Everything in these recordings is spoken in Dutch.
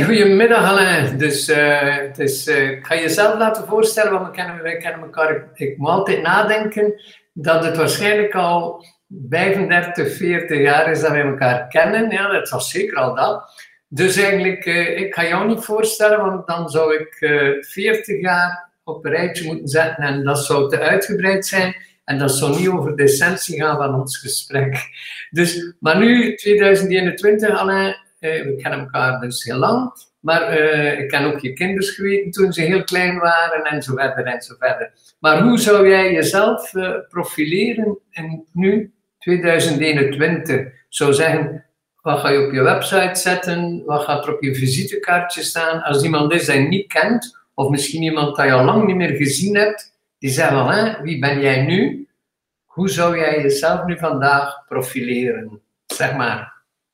Goedemiddag Alain. Ik ga jezelf laten voorstellen, want wij kennen elkaar. Ik moet altijd nadenken dat het waarschijnlijk al 35, 40 jaar is dat wij elkaar kennen. Ja, dat was zeker al dat. Dus eigenlijk, ik ga jou niet voorstellen, want dan zou ik 40 jaar op een rijtje moeten zetten en dat zou te uitgebreid zijn. En dat zou niet over de essentie gaan van ons gesprek. Dus, maar nu, 2021, Alain. We kennen elkaar dus heel lang, maar ik ken ook je kinders geweten toen ze heel klein waren en zo verder en zo verder. Maar hoe zou jij jezelf profileren in nu, 2021? Zou zeggen, wat ga je op je website zetten? Wat gaat er op je visitekaartje staan? Als iemand is dat je niet kent, of misschien iemand dat je al lang niet meer gezien hebt, die zegt wel, wie ben jij nu? Hoe zou jij jezelf nu vandaag profileren? Zeg maar.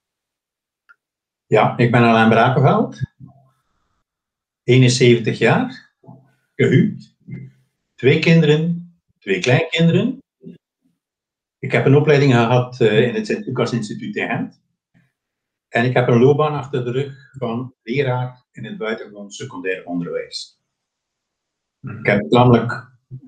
Ja, ik ben Alain Brakenveld, 71 jaar, gehuwd, 2 kinderen, 2 kleinkinderen. Ik heb een opleiding gehad in het Sint-Lucas Instituut in Gent. En ik heb een loopbaan achter de rug van leraar in het buitengewoon secundair onderwijs. Ik heb tamelijk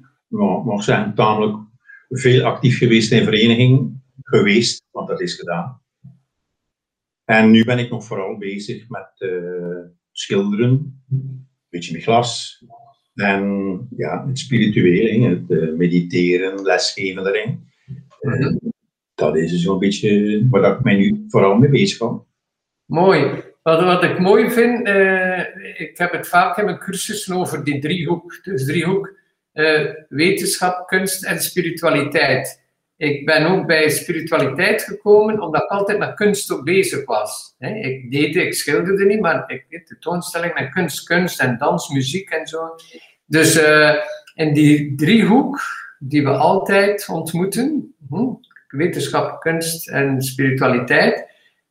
veel actief geweest in vereniging geweest, want dat is gedaan. En nu ben ik nog vooral bezig met schilderen, een beetje met glas. En ja, het spirituele, het mediteren, lesgeven daarin. Dat is zo'n beetje waar ik mij nu vooral mee bezig ben. Mooi. Wat ik mooi vind, ik heb het vaak in mijn cursussen over die driehoek. Dus driehoek, wetenschap, kunst en spiritualiteit. Ik ben ook bij spiritualiteit gekomen, omdat ik altijd met kunst ook bezig was. Ik schilderde niet, maar ik deed tentoonstelling met kunst en dans, muziek en zo. Dus in die driehoek die we altijd ontmoeten, wetenschap, kunst en spiritualiteit,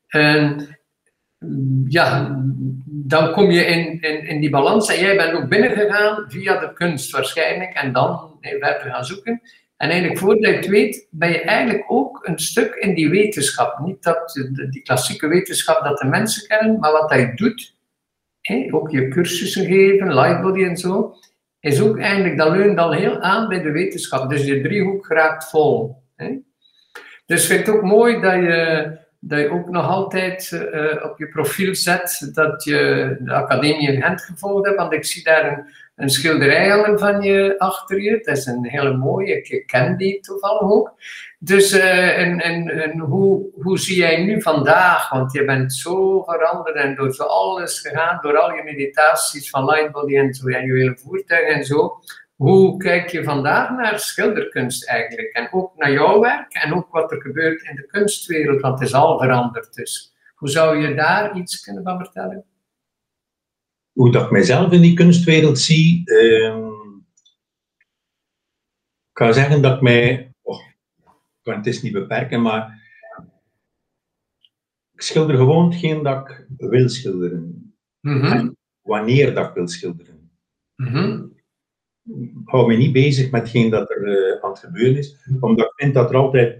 ja, dan kom je in die balans. En jij bent ook binnengegaan via de kunst waarschijnlijk, en dan verder gaan zoeken. En eigenlijk, voordat je het weet, ben je eigenlijk ook een stuk in die wetenschap. Niet dat die klassieke wetenschap dat de mensen kennen, maar wat hij doet, ook je cursussen geven, Lightbody en zo, is ook eigenlijk, dat leunt al heel aan bij de wetenschap. Dus je driehoek raakt vol. Dus ik vind het ook mooi dat je ook nog altijd op je profiel zet dat je de academie in Gent gevolgd hebt, want ik zie daar een schilderij hangen van je achter je. Dat is een hele mooie, ik ken die toevallig ook. Dus en hoe zie jij nu vandaag, want je bent zo veranderd en door zo alles gegaan, door al je meditaties van Lightbody en zo, en je hele voertuig en zo. Hoe kijk je vandaag naar schilderkunst eigenlijk? En ook naar jouw werk en ook wat er gebeurt in de kunstwereld, want het is al veranderd. Dus hoe zou je daar iets kunnen van vertellen? Hoe dat ik mijzelf in die kunstwereld zie, ik ga zeggen dat ik mij, ik kan het eens niet beperken, maar ik schilder gewoon hetgeen dat ik wil schilderen. En wanneer dat ik wil schilderen. Ik hou me niet bezig met hetgeen dat er aan het gebeuren is, omdat ik vind dat er altijd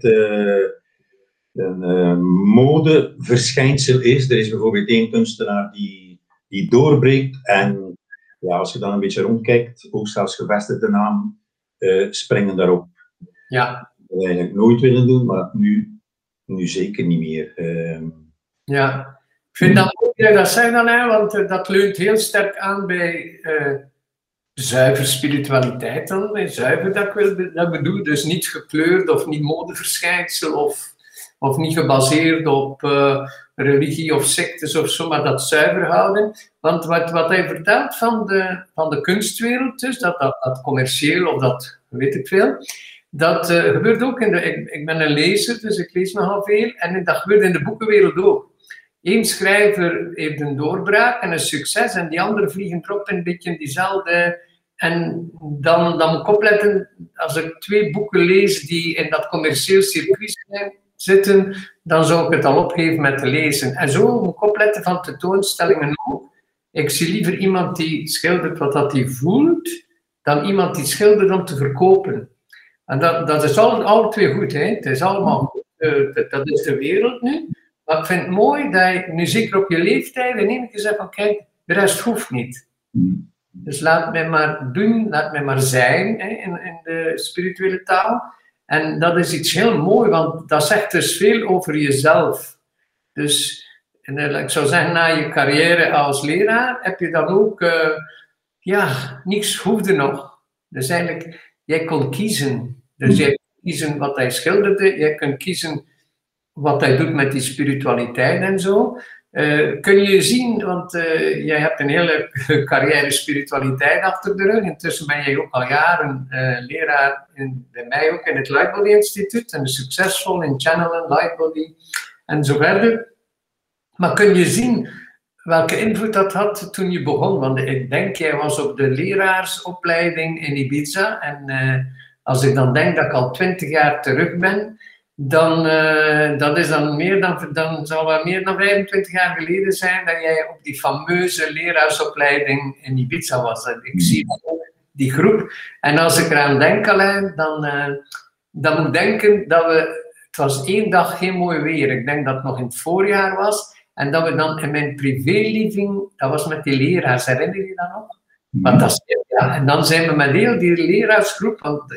een modeverschijnsel is. Er is bijvoorbeeld één kunstenaar die doorbreekt en ja, als je dan een beetje rondkijkt, ook zelfs gevestigde namen springen daarop. Ja. Dat wil eigenlijk nooit willen doen, maar nu zeker niet meer. Ja, ik vind dat mooi dat je dat zegt dan, want dat leunt heel sterk aan bij zuiver spiritualiteit dan. Zuiver, dat bedoel, dus niet gekleurd of niet modeverschijnsel of niet gebaseerd op religie of sectes of zo, maar dat zuiver houden. Want wat hij vertelt van de kunstwereld, dus dat commercieel of dat weet ik veel, dat gebeurt ook ik ben een lezer, dus ik lees nogal veel, en dat gebeurt in de boekenwereld ook. Eén schrijver heeft een doorbraak en een succes, en die anderen vliegen erop een beetje in diezelfde. En dan moet ik opletten, als ik 2 boeken lees die in dat commercieel circuit zitten, dan zou ik het al opgeven met te lezen. En zo moet ik opletten van tentoonstellingen ook. Ik zie liever iemand die schildert wat hij voelt, dan iemand die schildert om te verkopen. En dat is alle 2 goed, hè? Het is allemaal goed. Dat is de wereld nu. Maar ik vind het mooi dat je, nu zeker op je leeftijd, in één keer zegt van kijk, de rest hoeft niet. Dus laat mij maar doen, laat mij maar zijn in de spirituele taal. En dat is iets heel mooi, want dat zegt dus veel over jezelf. Dus ik zou zeggen, na je carrière als leraar heb je dan ook, niks hoefde nog. Dus eigenlijk, jij kon kiezen. Dus jij kon kiezen wat hij schilderde, jij kunt kiezen wat hij doet met die spiritualiteit en zo. Kun je zien, want jij hebt een hele carrière spiritualiteit achter de rug. Intussen ben jij ook al jaren leraar, bij mij ook in het Lightbody Instituut. En succesvol in channelen, Lightbody en zo verder. Maar kun je zien welke invloed dat had toen je begon? Want ik denk, jij was op de leraarsopleiding in Ibiza. En als ik dan denk dat ik al 20 jaar terug ben, dan dat is dan zal wel meer dan 25 jaar geleden zijn dat jij op die fameuze leraarsopleiding in Ibiza was. Ik zie ook die groep. En als ik eraan denk, Alain, dan moet ik denken dat het was 1 dag geen mooi weer. Ik denk dat het nog in het voorjaar was. En dat we dan in mijn privéliving, dat was met die leraars, herinner je dat nog? En dan zijn we met heel die leraarsgroep, want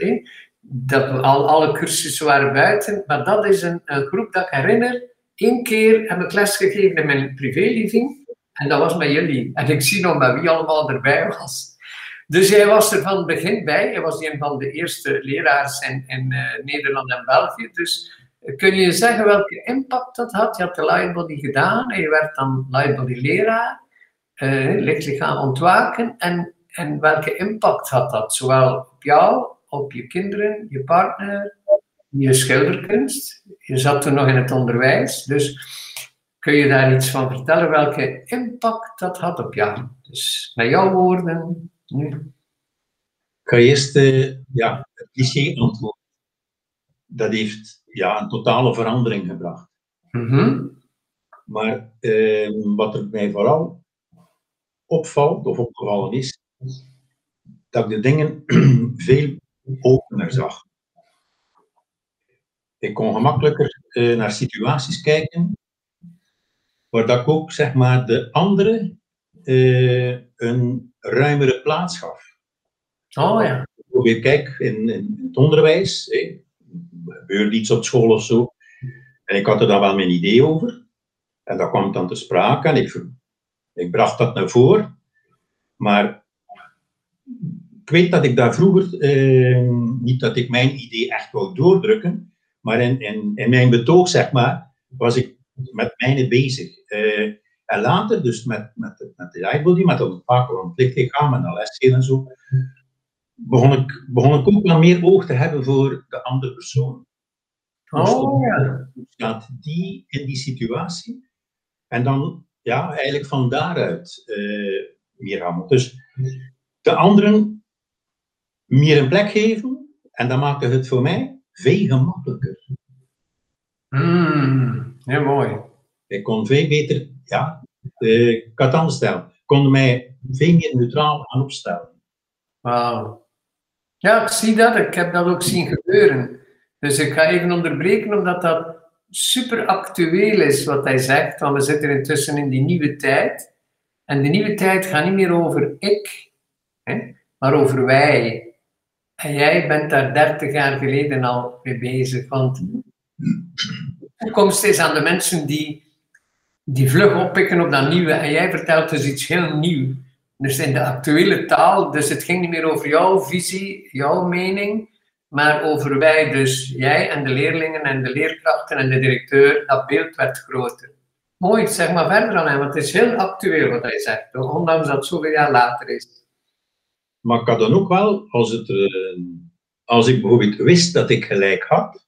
alle cursussen waren buiten, maar dat is een groep dat ik herinner. 1 keer heb ik les gegeven in mijn privéliving en dat was met jullie. En ik zie nog met wie allemaal erbij was. Dus jij was er van het begin bij. Jij was een van de eerste leraars in Nederland en België. Dus kun je zeggen welke impact dat had? Je had de Lightbody gedaan en je werd dan Lightbody leraar. Lichtlichaam ontwaken. En welke impact had dat? Zowel op jou, op je kinderen, je partner, je schilderkunst. Je zat toen nog in het onderwijs. Dus kun je daar iets van vertellen? Welke impact dat had op jou? Dus met jouw woorden nu. Ik ga eerst het cliché antwoord. Dat heeft een totale verandering gebracht. Maar wat er mij vooral opvalt, of opgevallen is, dat ik de dingen veel opener zag. Ik kon gemakkelijker naar situaties kijken, waar dat ik ook, zeg maar, de anderen een ruimere plaats gaf. Oh ja. Bijvoorbeeld, kijk, in het onderwijs, er gebeurde iets op school of zo, en ik had er dan wel mijn idee over, en dat kwam dan te sprake, en ik bracht dat naar voren, maar ik weet dat ik daar vroeger, niet dat ik mijn idee echt wou doordrukken, maar in mijn betoog, zeg maar, was ik met mijne bezig. En later, dus met de Lightbody, met het ontwaken van het lichtlichaam en de lesgeven en zo, begon ik ook wel meer oog te hebben voor de andere persoon. Oh ja. Hoe staat die in die situatie? En dan, eigenlijk van daaruit meer gaan. Dus de anderen meer een plek geven, en dat maakte het voor mij veel gemakkelijker. Heel mooi. Ik kon veel beter, ik had anders stellen. Ik kon mij veel meer neutraal aan opstellen. Wauw. Ja, ik zie dat. Ik heb dat ook zien gebeuren. Dus ik ga even onderbreken, omdat dat super actueel is wat hij zegt. Want we zitten intussen in die nieuwe tijd. En die nieuwe tijd gaat niet meer over ik, maar over wij. En jij bent daar 30 jaar geleden al mee bezig. Want de toekomst is aan de mensen die vlug oppikken op dat nieuwe. En jij vertelt dus iets heel nieuws. Dus in de actuele taal. Dus het ging niet meer over jouw visie, jouw mening. Maar over wij, dus jij en de leerlingen en de leerkrachten en de directeur. Dat beeld werd groter. Mooi, zeg maar verder aan hem. Want het is heel actueel wat hij zegt. Ondanks dat het zoveel jaar later is. Maar ik had dan ook wel, als ik bijvoorbeeld wist dat ik gelijk had,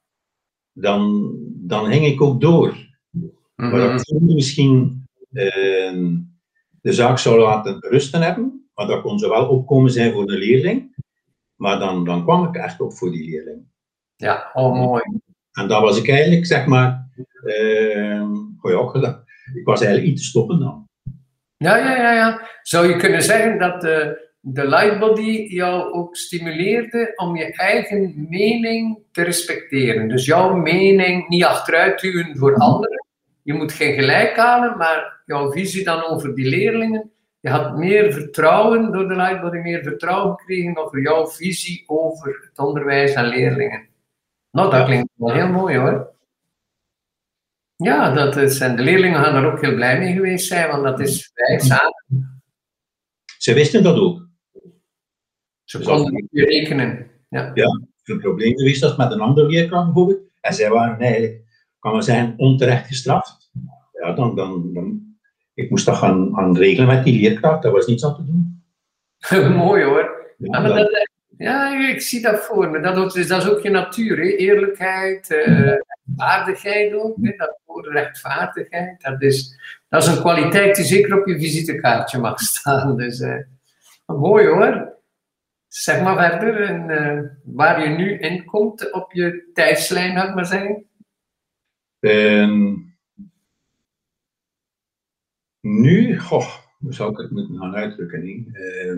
dan ging ik ook door. Maar dat ik misschien de zaak zou laten rusten hebben, maar dat kon zowel opkomen zijn voor de leerling, maar dan kwam ik echt op voor die leerling. Ja, mooi. En dat was ik eigenlijk, zeg maar, ik was eigenlijk iets te stoppen dan. Ja. Zou je kunnen zeggen dat de Lightbody jou ook stimuleerde om je eigen mening te respecteren? Dus jouw mening niet achteruit duwen voor anderen, je moet geen gelijk halen, maar jouw visie dan over die leerlingen, je had meer vertrouwen door de Lightbody, meer vertrouwen gekregen over jouw visie over het onderwijs en leerlingen. Nou, dat klinkt wel heel mooi hoor. Ja, en de leerlingen gaan er ook heel blij mee geweest zijn, want dat is wij samen. Ze wisten dat ook. Ze konden niet meer rekenen. Ja, een probleem geweest was met een andere leerkracht bijvoorbeeld. En zij waren eigenlijk, kan men zeggen, onterecht gestraft. Ja, dan ik moest dat gaan regelen met die leerkracht, dat was niets aan te doen. Mooi hoor. Ja, ik zie dat voor me. Dat is ook je natuur, hè? Eerlijkheid, waardigheid ook. Hè? Dat woord rechtvaardigheid. Dat is een kwaliteit die zeker op je visitekaartje mag staan. Dus mooi hoor. Zeg maar verder, en, waar je nu in komt op je tijdslijn, had ik maar zeggen. Nu, hoe zou ik het moeten gaan uitdrukken?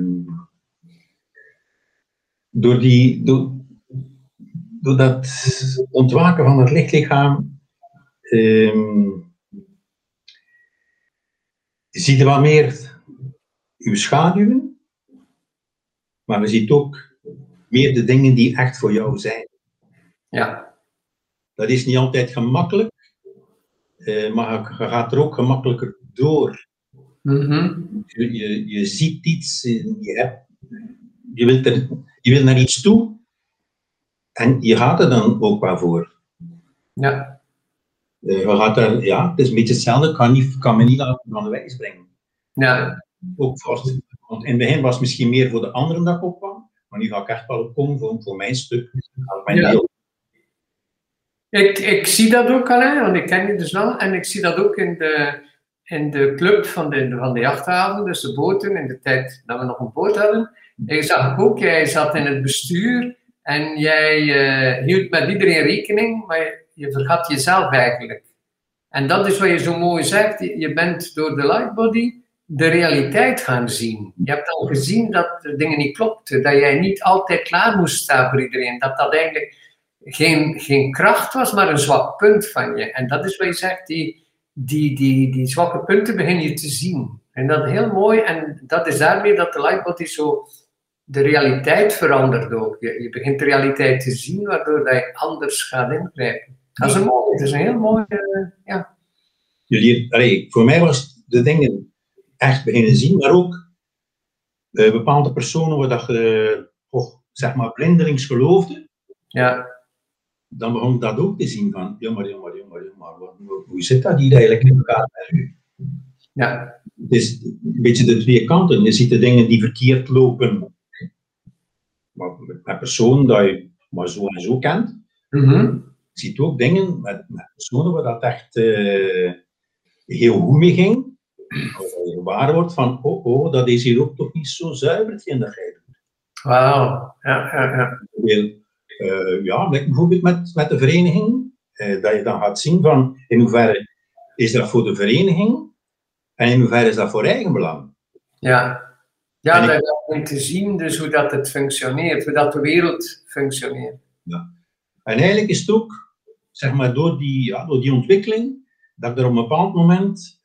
Door dat ontwaken van het lichtlichaam, zie je wat meer uw schaduwen, maar je ziet ook meer de dingen die echt voor jou zijn. Ja. Dat is niet altijd gemakkelijk, maar je gaat er ook gemakkelijker door. Mm-hmm. Je ziet iets, je wil naar iets toe en je gaat er dan ook wel voor. Ja. Je gaat er, het is een beetje hetzelfde, kan me niet aan de wijs brengen. Ja. Ook vast, want in het begin was het misschien meer voor de anderen dat ik opkwam, maar nu ga ik echt wel opkomen voor mijn stuk, mijn deel. Ik zie dat ook al, want ik ken je dus wel, en ik zie dat ook in de club van de jachthaven, dus de boten, in de tijd dat we nog een boot hadden. Ik zag ook, jij zat in het bestuur en jij hield met iedereen rekening, maar je vergat jezelf eigenlijk. En dat is wat je zo mooi zegt, je bent door de Lightbody de realiteit gaan zien. Je hebt al gezien dat de dingen niet klopten, dat jij niet altijd klaar moest staan voor iedereen, dat eigenlijk geen kracht was, maar een zwak punt van je. En dat is wat je zegt, die zwakke punten begin je te zien. En dat is heel mooi, en dat is daarmee dat de Lightbody zo de realiteit verandert ook. Je begint de realiteit te zien, waardoor dat je anders gaat ingrijpen. Dat is een heel mooi, ja. Voor mij was de dingen echt beginnen zien, maar ook bepaalde personen waar dat je, zeg maar, blindelings geloofde. Ja. Dan begon ik dat ook te zien van, jammer, hoe zit dat hier eigenlijk in elkaar met u? Ja. Het is een beetje de twee kanten. Je ziet de dingen die verkeerd lopen, maar met personen dat je maar zo en zo kent. Mm-hmm. Je ziet ook dingen met personen waar dat echt heel goed mee ging. Als je gewaar wordt van, dat is hier ook toch niet zo zuiver hetgeen dat jij doet. Wauw, ja. Bijvoorbeeld met de vereniging, dat je dan gaat zien van in hoeverre is dat voor de vereniging en in hoeverre is dat voor eigenbelang. Ja, dat om te zien dus hoe dat het functioneert, hoe dat de wereld functioneert. Ja. En eigenlijk is het ook, zeg maar, door die ontwikkeling, dat ik er op een bepaald moment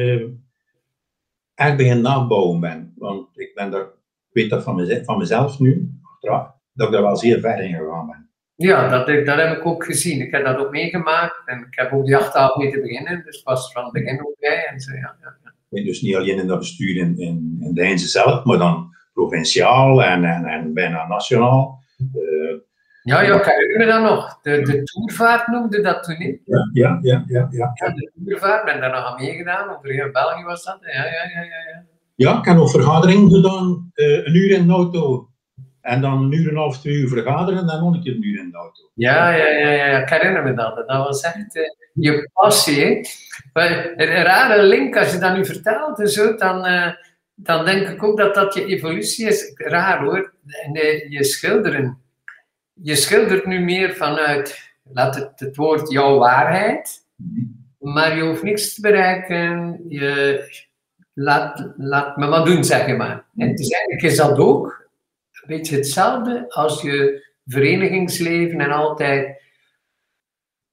echt begin nabouwen ben. Want ik weet dat van mezelf nu, achteraf, dat ik daar wel zeer ver in gegaan ben. Ja, dat heb ik ook gezien. Ik heb dat ook meegemaakt en ik heb ook die jachthaven mee te beginnen, dus pas van het begin ook bij. En zo, ja. Dus niet alleen in dat bestuur in Deinze zelf, maar dan provinciaal en bijna nationaal. Ja, ik herinner me dat nog. De toervaart noemde dat toen niet. Ja. De toervaart, ben daar nog aan meegedaan. Over heel België was dat. Ja. Ja, ik heb nog vergadering gedaan, 1 uur in de auto. En dan 1,5 uur, 2 uur vergaderen en dan nog een keer 1 uur in de auto. Ja, ik herinner me dat. Dat was echt je passie, hè? Maar een rare link, als je dat nu vertelt en zo, dan denk ik ook dat je evolutie is. Raar hoor. Je schilderen. Je schildert nu meer vanuit, laat het woord jouw waarheid, maar je hoeft niks te bereiken. Je laat me maar doen, zeg maar. En dus eigenlijk is dat ook een beetje hetzelfde als je verenigingsleven en altijd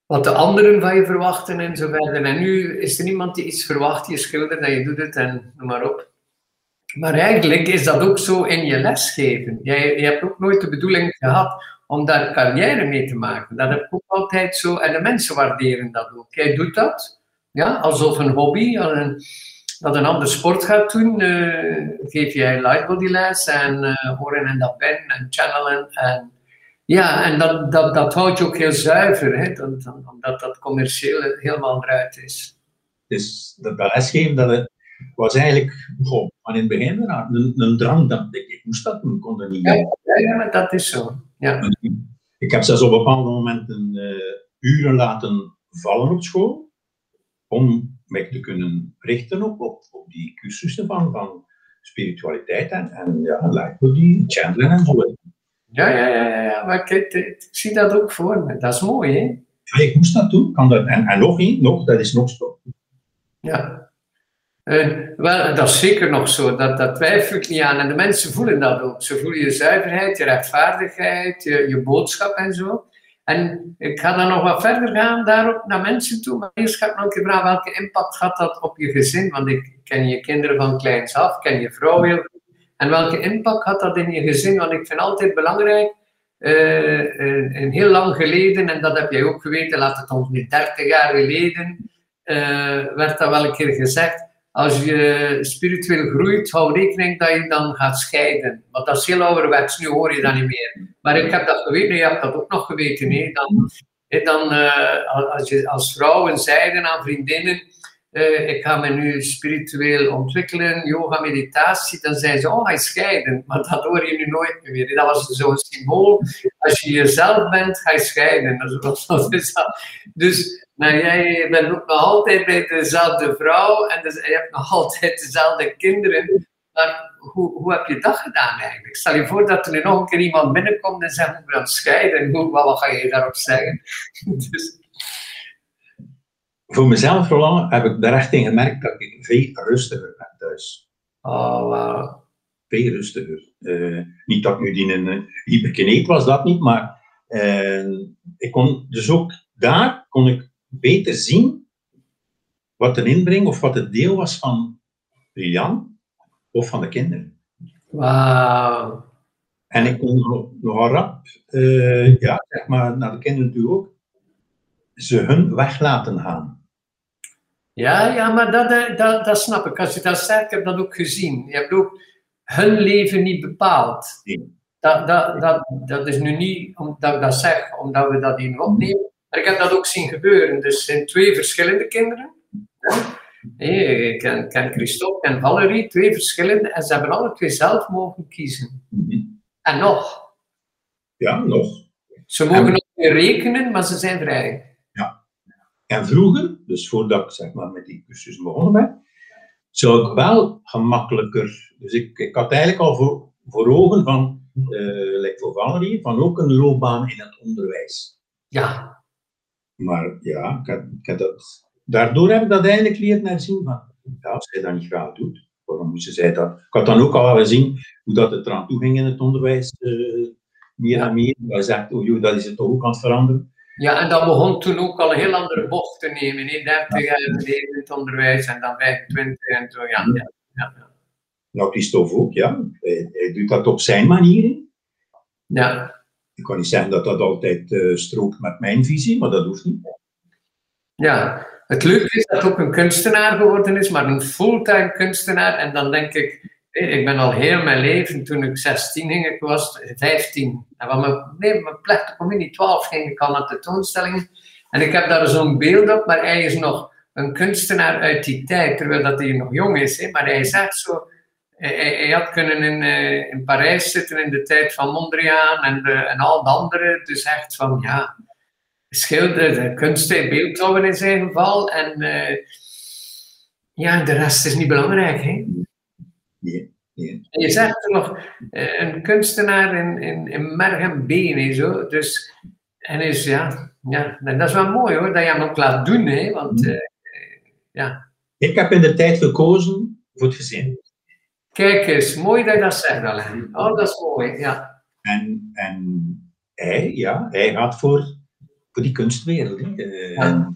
wat de anderen van je verwachten en zo verder. En nu is er niemand die iets verwacht, je schildert en je doet het en noem maar op. Maar eigenlijk is dat ook zo in je lesgeven. Je hebt ook nooit de bedoeling gehad om daar carrière mee te maken. Dat heb ik ook altijd zo. En de mensen waarderen dat ook. Jij doet dat, ja, alsof een hobby, dat een ander sport gaat doen. Geef jij lightbodyles en horen en dat ben en channelen. En, ja, en dat houdt je ook heel zuiver, hè? Omdat dat commercieel helemaal eruit is. Dus dat lesgeven, dat was eigenlijk van in het begin een drang. Dat ik moest dat doen, ik kon dat niet. Ja, maar dat is zo. Ja. Ik heb zelfs op bepaalde momenten uren laten vallen op school, om mij te kunnen richten op die cursussen van spiritualiteit en ja, lightbody, channeling en zo. Ja, maar ik zie dat ook voor me. Dat is mooi, hè? Ja, ik moest dat doen. Kan dat, en nog, dat is nog zo. Ja. Wel, dat is zeker nog zo. Dat twijfel ik niet aan. En de mensen voelen dat ook. Ze voelen je zuiverheid, je rechtvaardigheid, je boodschap en zo. En ik ga dan nog wat verder gaan daarop naar mensen toe. Maar eerst ga ik nog een keer vragen, welke impact had dat op je gezin? Want ik ken je kinderen van kleins af, ken je vrouw heel goed. En welke impact had dat in je gezin? Want ik vind altijd belangrijk, en heel lang geleden, en dat heb jij ook geweten, laat het ons nu 30 jaar geleden, werd dat wel een keer gezegd. Als je spiritueel groeit, hou rekening dat je dan gaat scheiden. Want dat is heel ouderwets, nu hoor je dat niet meer. Maar ik heb dat geweten, je hebt dat ook nog geweten. Als vrouwen zeiden aan vriendinnen, ik ga me nu spiritueel ontwikkelen, yoga, meditatie, dan zeiden ze, ga je scheiden. Maar dat hoor je nu nooit meer. Dat was zo'n symbool. Als je jezelf bent, ga je scheiden. Dus jij bent ook nog altijd bij dezelfde vrouw en dus, je hebt nog altijd dezelfde kinderen. Maar hoe heb je dat gedaan eigenlijk? Stel je voor dat er nu nog een keer iemand binnenkomt en zegt, we gaan scheiden. Wat ga je daarop zeggen? Dus... Voor mezelf, Roland, heb ik daar echt in gemerkt dat ik veel rustiger ben thuis. Oh, wow. Veel rustiger. Niet dat ik nu die een hyperkineet was, dat niet, maar ik kon dus ook daar kon ik beter zien wat de inbreng of wat het deel was van Jan of van de kinderen. Wauw. En ik kon nogal rap, zeg maar, naar de kinderen toe ook, ze hun weg laten gaan. Ja, maar dat snap ik. Als je dat zegt, ik heb dat ook gezien. Je hebt ook hun leven niet bepaald. Nee. Dat is nu niet omdat ik dat zeg, omdat we dat hier opnemen. Maar ik heb dat ook zien gebeuren. Dus er zijn 2 verschillende kinderen. Ik ken Christophe en Valerie, 2 verschillende. En ze hebben alle 2 zelf mogen kiezen. Mm-hmm. En nog. Ja, nog. Ze mogen nog weer rekenen, maar ze zijn vrij. Ja. En vroeger, dus voordat ik zeg maar, met die cursus begonnen ben, zou ik wel gemakkelijker... Dus ik had eigenlijk al voor ogen van, like voor Valerie, van ook een loopbaan in het onderwijs. Ja. Maar ja, daardoor heb ik dat eigenlijk leren herzien van, ja, als zij dat niet graag doet, waarom moesten zij dat? Ik had dan ook al gezien hoe dat het eraan toe ging in het onderwijs, meer en meer. Dat is echt, dat is het toch ook aan het veranderen. Ja, en dat begon toen ook al een heel andere bocht te nemen. 30 jaar geleden in het onderwijs en dan 25 en zo, ja. Nou, Christophe ook, ja. Hij doet dat op zijn manier. Ja. Ik kan niet zeggen dat dat altijd strookt met mijn visie, maar dat hoeft niet. Ja, het leuke is dat het ook een kunstenaar geworden is, maar een fulltime kunstenaar. En dan denk ik ben al heel mijn leven, toen ik 16 ging, ik was 15. En mijn plechtige communie 12 ging ik al naar tentoonstellingen. En ik heb daar zo'n beeld op, maar hij is nog een kunstenaar uit die tijd, terwijl dat hij nog jong is. Maar hij is echt zo... Hij had kunnen in Parijs zitten in de tijd van Mondriaan en al de anderen. Dus echt van, ja, schilderen, kunst en beeldhouwen in zijn geval. En de rest is niet belangrijk, hè? Nee. En je zegt nog, een kunstenaar in merg en been, zo. Dus, en is, dat is wel mooi, hoor, dat je hem ook laat doen, hè? Want, Ik heb in de tijd gekozen voor het gezin. Kijk eens, mooi dat je dat zegt, Alain. Oh, dat is mooi, ja. En hij gaat voor die kunstwereld. Ja.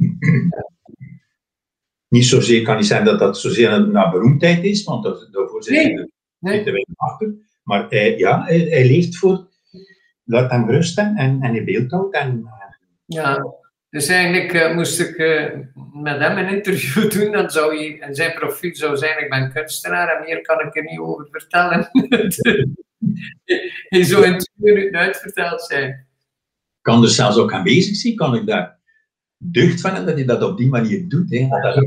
Niet zozeer, kan niet zijn dat dat zozeer naar beroemdheid is, want daarvoor zit je er te weinig achter. Maar hij leeft voor, laat hem rusten en hij beeldhoudt. Ja, dus eigenlijk moest ik met hem een interview doen, dan zou hij, en zijn profiel zou zijn, ik ben kunstenaar en meer kan ik er niet over vertellen. Hij zou in 2 minuten uitverteld zijn. Kan er zelfs ook aanwezig zijn, kan ik daar deugd van hebben dat hij dat op die manier doet. Hè?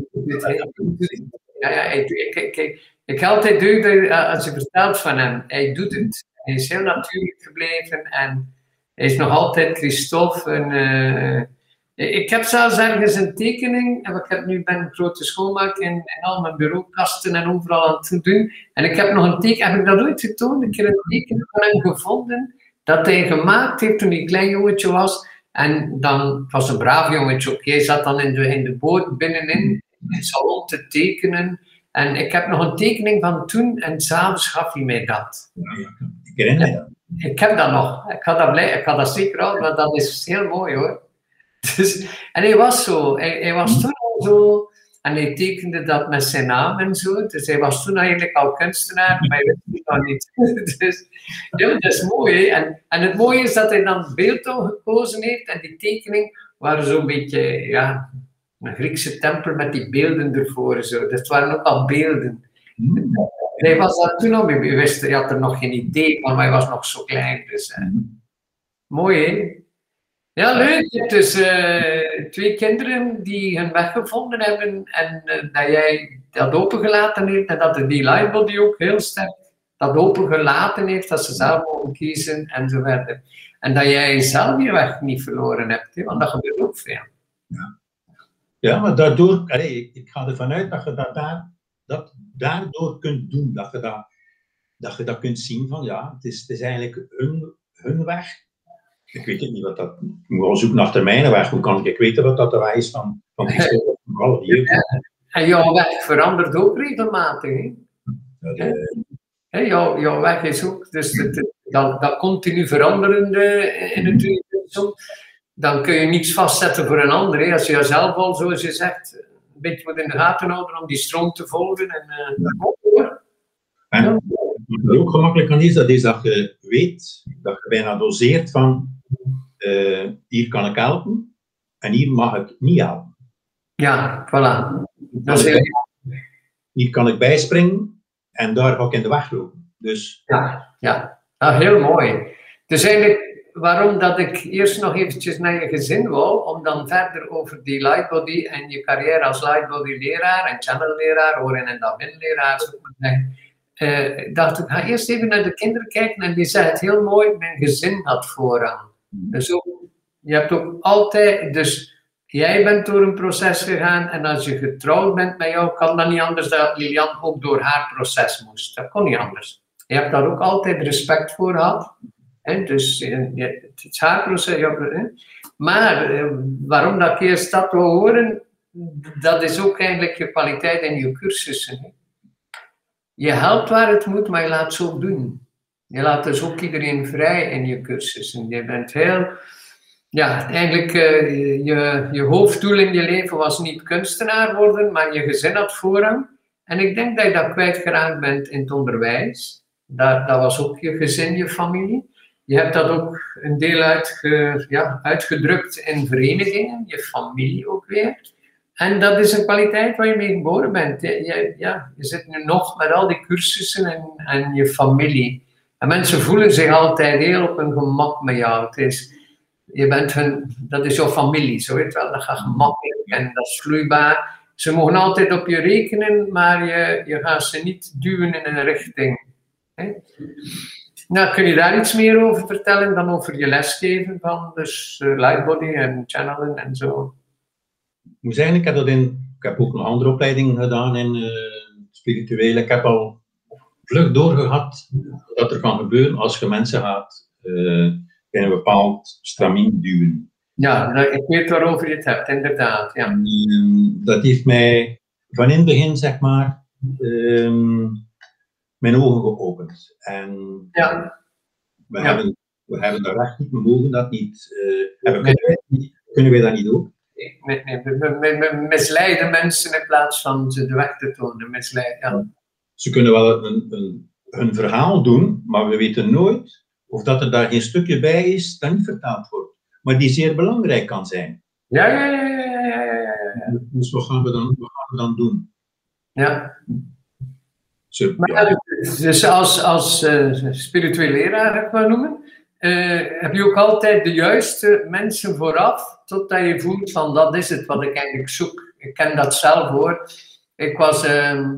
Ik heb altijd deugd als je vertelt van hem. Hij doet het. Hij is heel natuurlijk gebleven en hij is nog altijd Christophe. Ik heb zelfs ergens een tekening, en ik heb nu ben een grote schoonmaak in al mijn bureaukasten en overal aan het doen. En ik heb nog een tekening, heb ik dat ooit getoond? Ik heb een tekening van hem gevonden dat hij gemaakt heeft toen hij een klein jongetje was. En dan, het was een braaf jongetje ook, hij zat dan in de boot binnenin, in het salon te tekenen. En ik heb nog een tekening van toen en s'avonds gaf hij mij dat. Ik herinner me dat. Ik heb dat nog. Ik ga dat zeker houden, want dat is heel mooi hoor. Dus, en hij was zo, hij was toen al zo, en hij tekende dat met zijn naam en zo, dus hij was toen eigenlijk al kunstenaar, maar hij wist het nog niet. Dus ja, dat is mooi. En het mooie is dat hij dan beeldhouw gekozen heeft, en die tekening waren zo'n beetje, ja, een Griekse tempel met die beelden ervoor. Zo. Dus het waren ook al beelden. Hij was daar toen al mee, hij had er nog geen idee van, maar hij was nog zo klein. Dus, mooi, hè? Ja, leuk. Je hebt dus 2 kinderen die hun weg gevonden hebben en dat jij dat opengelaten heeft en dat de Lightbody ook heel sterk dat opengelaten heeft, dat ze zelf mogen kiezen en zo verder. En dat jij zelf je weg niet verloren hebt, hè, want dat gebeurt ook veel. Ja, maar daardoor, ik ga ervan uit dat je dat daardoor kunt doen, dat je dat kunt zien van ja, het is eigenlijk hun weg. Ik weet niet wat dat. Ik moet wel zoeken naar mijn weg. Hoe kan ik weten wat dat de weg is van hier? En jouw weg verandert ook regelmatig. Hè? Jouw weg is ook. Dus dat continu veranderende in het universum. Dan kun je niets vastzetten voor een ander. Hè? Als je jezelf al, zoals je zegt, een beetje moet in de gaten houden om die stroom te volgen. En wat ook gemakkelijk kan is dat je weet, dat je bijna doseert van hier kan ik helpen en hier mag ik niet helpen. Ja, voilà. Hier kan ik bijspringen en daar ga ik in de weg lopen. Dus... Ja. Nou, heel mooi. Dus eigenlijk, waarom dat ik eerst nog eventjes naar je gezin wou, om dan verder over die Lightbody en je carrière als Lightbody-leraar en channel-leraar, Oren en Damin-leraar, dacht ik, ga eerst even naar de kinderen kijken en die zei het heel mooi, mijn gezin had voorrang. Dus ook, je hebt ook altijd, dus jij bent door een proces gegaan en als je getrouwd bent met jou, kan dat niet anders dat Lilian ook door haar proces moest. Dat kon niet anders. Je hebt daar ook altijd respect voor gehad. Dus het is haar proces. Maar waarom dat ik eerst dat wil horen, dat is ook eigenlijk je kwaliteit in je cursussen. Je helpt waar het moet, maar je laat ze ook doen. Je laat dus ook iedereen vrij in je cursussen. Je bent heel... Ja, eigenlijk je hoofddoel in je leven was niet kunstenaar worden, maar je gezin had voorrang. En ik denk dat je dat kwijtgeraakt bent in het onderwijs. Dat was ook je gezin, je familie. Je hebt dat ook een deel uitgedrukt in verenigingen, je familie ook weer. En dat is een kwaliteit waar je mee geboren bent. Je zit nu nog met al die cursussen en je familie. En mensen voelen zich altijd heel op hun gemak met jou. Dat is jouw familie, zo weet je wel. Dat gaat gemakkelijk en dat is vloeibaar. Ze mogen altijd op je rekenen, maar je gaat ze niet duwen in een richting. Nou, kun je daar iets meer over vertellen dan over je lesgeven van dus Lightbody en channelen en zo? Ik moet zeggen, ik heb ook een andere opleiding gedaan in spirituele. Ik heb al vlug doorgehad wat er kan gebeuren als je mensen gaat in een bepaald stramien duwen. Ja, ik weet waarover je het hebt, inderdaad. Ja. Dat heeft mij van in het begin, zeg maar, mijn ogen geopend. En ja. we hebben We hebben dat recht niet, we mogen dat niet. Kunnen wij dat niet doen? Nee, we misleiden mensen in plaats van ze de weg te tonen. Misleiden, ja. Ze kunnen wel hun verhaal doen, maar we weten nooit of dat er daar geen stukje bij is dat niet vertaald wordt. Maar die zeer belangrijk kan zijn. Ja. Dus wat gaan we dan doen? Ja. Maar, dus als spiritueel leraar, heb ik maar noemen, heb je ook altijd de juiste mensen vooraf, totdat je voelt van dat is het wat ik eigenlijk zoek. Ik ken dat zelf hoor. Ik was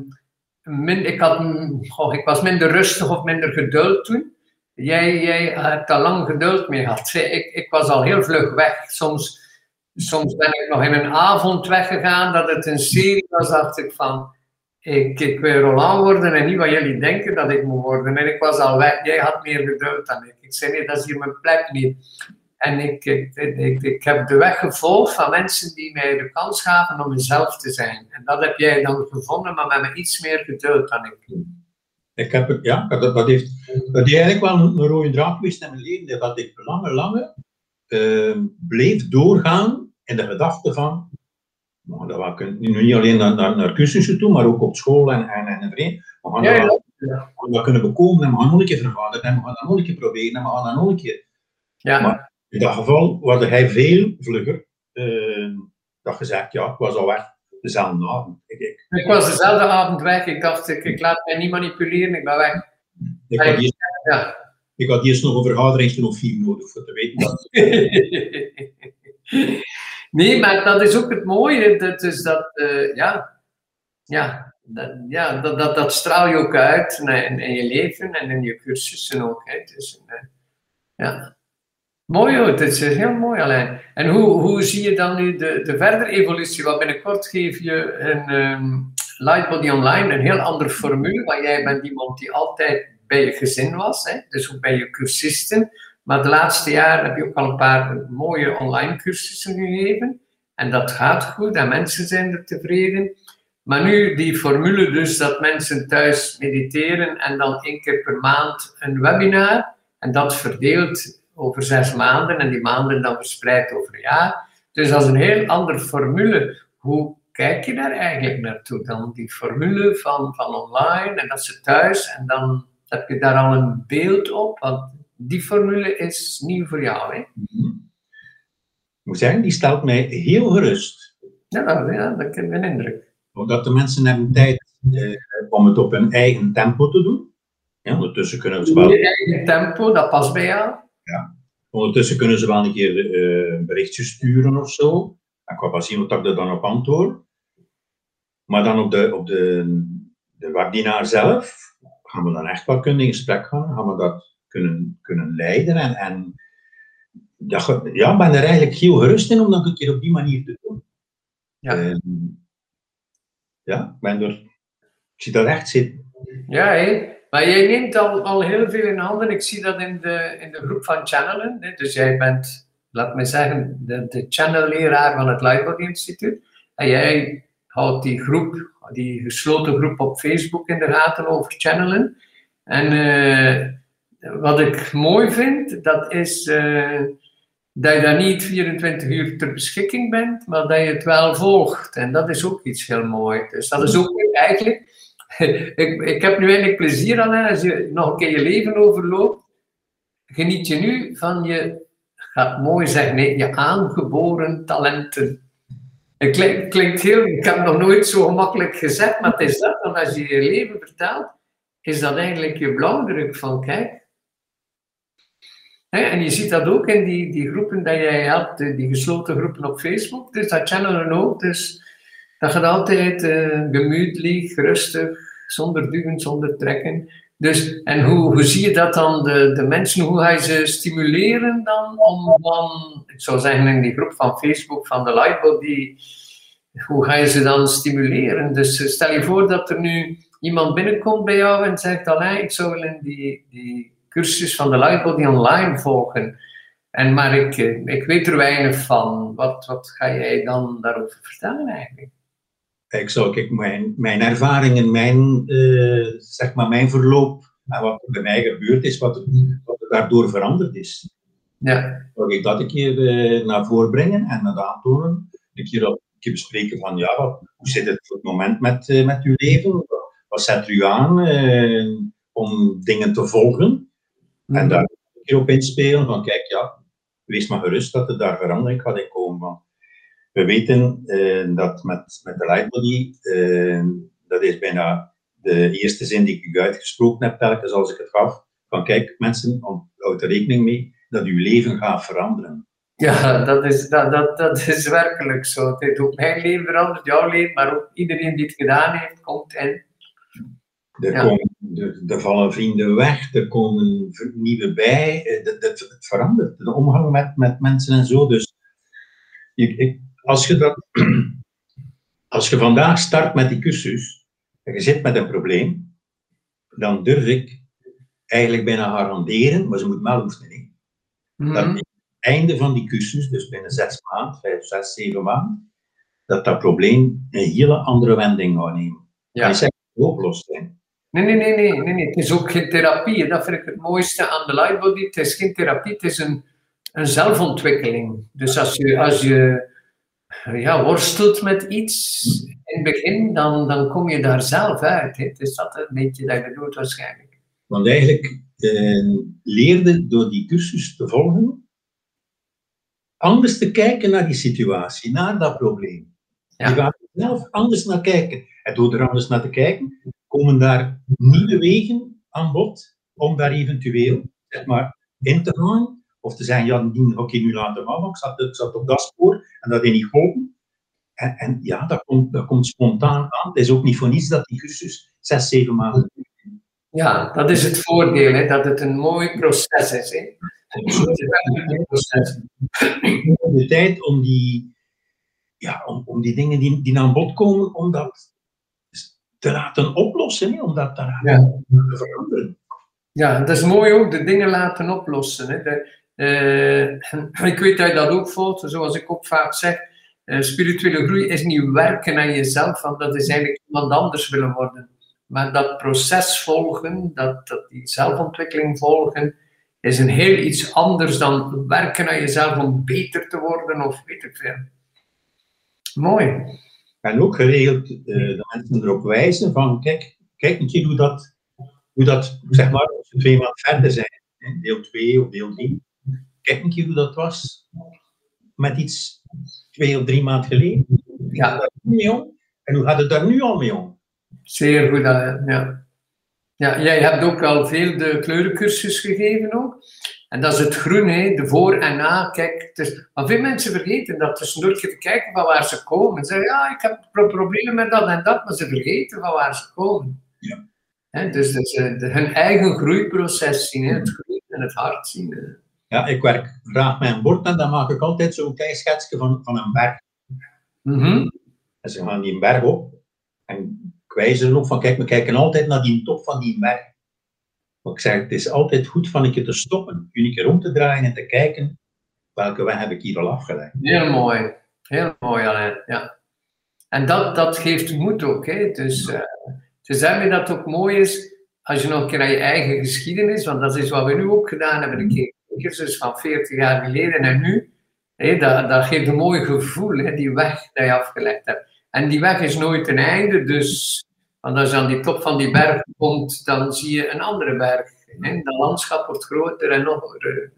minder rustig of minder geduld toen. Jij hebt al lang geduld mee gehad. Ik was al heel vlug weg. Soms ben ik nog in een avond weggegaan dat het een serie was, dacht ik van ik wil Roland worden en niet wat jullie denken dat ik moet worden. En ik was al weg. Jij had meer geduld dan ik. Ik zei nee, dat is hier mijn plek niet. En ik heb de weg gevolgd van mensen die mij de kans gaven om mezelf te zijn. En dat heb jij dan gevonden, maar met iets meer geduld dan ik. Dat is eigenlijk wel een rode draad geweest in mijn leven. Dat ik lange bleef doorgaan in de gedachte van, nou, dat we niet alleen naar cursussen toe, maar ook op school en vreemd. We kunnen bekomen en we gaan nog een keer vergaderen en we gaan dat nog een keer proberen en we gaan dat nog een keer. Ja. Maar in dat geval was hij veel vlugger. Dat gezegd, ja, ik was al weg dezelfde avond. Ik was dezelfde avond weg. Ik dacht, ik laat mij niet manipuleren, ik ben weg. Ik had eerst nog een vergadering of 4 nodig voor te weten dat. Nee, maar dat is ook het mooie. Dat straal je ook uit in je leven en in je cursussen ook. Hè. Dus, mooi hoor, het is heel mooi alleen. En hoe zie je dan nu de verdere evolutie? Want binnenkort geef je een Lightbody Online een heel andere formule, want jij bent iemand die altijd bij je gezin was, hè? Dus ook bij je cursisten. Maar de laatste jaren heb je ook al een paar mooie online cursussen gegeven. En dat gaat goed en mensen zijn er tevreden. Maar nu die formule dus dat mensen thuis mediteren en dan 1 keer per maand een webinar. En dat verdeeld over 6 maanden en die maanden dan verspreid over een jaar. Dus dat is een heel andere formule. Hoe kijk je daar eigenlijk naartoe dan? Die formule van online en dat ze thuis en dan heb je daar al een beeld op? Want die formule is nieuw voor jou, hè? Ik moet zeggen, die stelt mij heel gerust. Ja, dat heb ik een indruk. Omdat de mensen hebben tijd om het op hun eigen tempo te doen. Ja, ondertussen kunnen ze wel... Je eigen tempo, dat past bij jou. Ja. Ondertussen kunnen ze wel een keer een berichtje sturen of zo. Ik ga pas zien wat ik er dan op antwoord. Maar dan op de webinar zelf gaan we dan echt wel kunnen in gesprek gaan we dat kunnen leiden. En ik ben er eigenlijk heel gerust in om dat een keer op die manier te doen. Ik zie dat echt zitten. Ja, hé. Maar jij neemt al heel veel in handen. Ik zie dat in de groep van channelen. Hè. Dus jij bent, laat me zeggen, de channelleraar van het Lightbody Instituut. En jij houdt die groep, die gesloten groep op Facebook in de gaten over channelen. En wat ik mooi vind, dat is dat je daar niet 24 uur ter beschikking bent, maar dat je het wel volgt. En dat is ook iets heel moois. Dus dat is ook eigenlijk... Ik heb nu eigenlijk plezier aan, als je nog een keer je leven overloopt, geniet je nu van je, gaat mooi zeggen, nee, je aangeboren talenten. Het klinkt heel, ik heb het nog nooit zo gemakkelijk gezegd, maar het is dat, want als je je leven vertelt, is dat eigenlijk je blauwdruk van, kijk. En je ziet dat ook in die groepen die jij had, die gesloten groepen op Facebook, dus dat channelen ook, dus dat gaat altijd gemütlich, rustig, zonder duwen, zonder trekken. Dus, en hoe zie je dat dan, de mensen, hoe ga je ze stimuleren dan, om dan, ik zou zeggen in die groep van Facebook, van de Lightbody, hoe ga je ze dan stimuleren? Dus stel je voor dat er nu iemand binnenkomt bij jou en zegt, Alain, ik zou willen die cursus van de Lightbody online volgen. Maar ik weet er weinig van. Wat ga jij dan daarover vertellen eigenlijk? Ik zou mijn ervaringen, mijn verloop en wat er bij mij gebeurd is, wat er daardoor veranderd is. Ja. Wil ik dat een keer naar voren brengen en dat aantonen. Een keer bespreken van, ja, hoe zit het op het moment met uw leven? Wat zet u aan om dingen te volgen? En daar een keer op inspelen van, kijk, ja, wees maar gerust dat er daar verandering gaat in komen. Want we weten dat met de Lightbody, dat is bijna de eerste zin die ik uitgesproken heb, telkens als ik het gaf, van kijk, mensen, houd er rekening mee dat uw leven gaat veranderen. Ja, dat is werkelijk zo. Het heeft ook mijn leven veranderd, jouw leven, maar ook iedereen die het gedaan heeft, komt in. Er vallen vrienden weg, er komen nieuwe bij, het verandert, de omgang met mensen en zo. Dus als je vandaag start met die cursus en je zit met een probleem, dan durf ik eigenlijk bijna garanderen, maar ze moet wel oefenen, dat aan het einde van die cursus, dus binnen 6 maanden, 5, 6, 7 maanden, dat probleem een hele andere wending gaat nemen. Ja. En ik zeg dat het opgelost zijn. Nee. Het is ook geen therapie. Dat vind ik het mooiste aan de Lightbody. Het is geen therapie, het is een zelfontwikkeling. Dus als je worstelt met iets in het begin, dan kom je daar zelf uit. Het is dat een beetje dat je doet waarschijnlijk. Want eigenlijk leerde door die cursus te volgen, anders te kijken naar die situatie, naar dat probleem. Ja. Je gaat er zelf anders naar kijken. En door er anders naar te kijken, komen daar nieuwe wegen aan bod om daar eventueel in te gaan. Of te zeggen, ja, die ga ik nu laten gaan, ik zat op dat spoor en dat is niet geholpen. En ja, dat komt spontaan aan. Het is ook niet voor niets dat die cursus 6, 7 maanden duurt. Ja, dat is het voordeel, hè, dat het een mooi proces is. Hè. De tijd om die dingen die aan bod komen, om dat te laten oplossen, hè, om dat te veranderen. Ja, dat is mooi ook, de dingen laten oplossen. Hè. Ik weet dat je dat ook voelt, zoals ik ook vaak zeg. Spirituele groei is niet werken aan jezelf, want dat is eigenlijk iemand anders willen worden. Maar dat proces volgen, die zelfontwikkeling volgen, is een heel iets anders dan werken aan jezelf om beter te worden of weet ik veel. Mooi. En ook geregeld de mensen erop wijzen van, kijk een keer hoe dat zeg maar, als we 2 maanden verder zijn, deel 2 of deel 3, kijk een keer hoe dat was met iets 2 of 3 maanden geleden. Ja. En hoe gaat het daar nu al mee om? Zeer goed, ja. Ja, jij hebt ook al veel de kleurencursus gegeven ook. En dat is het groen, hè, de voor en na. Kijk, maar veel mensen vergeten dat tussendoor te kijken van waar ze komen. Ze zeggen, ja, ik heb problemen met dat en dat, maar ze vergeten van waar ze komen. Ja. Dus hun eigen groeiproces zien, hè, het groeien en het hart zien. Ja, ik werk graag met een bord en dan maak ik altijd zo'n klein schetsje van een berg. En ze gaan die berg op en ik wijs er ook van, kijk, we kijken altijd naar die top van die berg. Maar ik zeg, het is altijd goed van een keer te stoppen, een keer om te draaien en te kijken welke weg heb ik hier al afgelegd. Heel mooi Alain, ja. En dat geeft moed ook, hè. Dus daarmee dat het ook mooi is, als je nog een keer naar je eigen geschiedenis, want dat is wat we nu ook gedaan hebben, een keer cursus van 40 jaar geleden en nu, hè, dat geeft een mooi gevoel, hè, die weg die je afgelegd hebt. En die weg is nooit een einde, dus want als je aan die top van die berg komt, dan zie je een andere berg. Hè. Dat landschap wordt groter en nog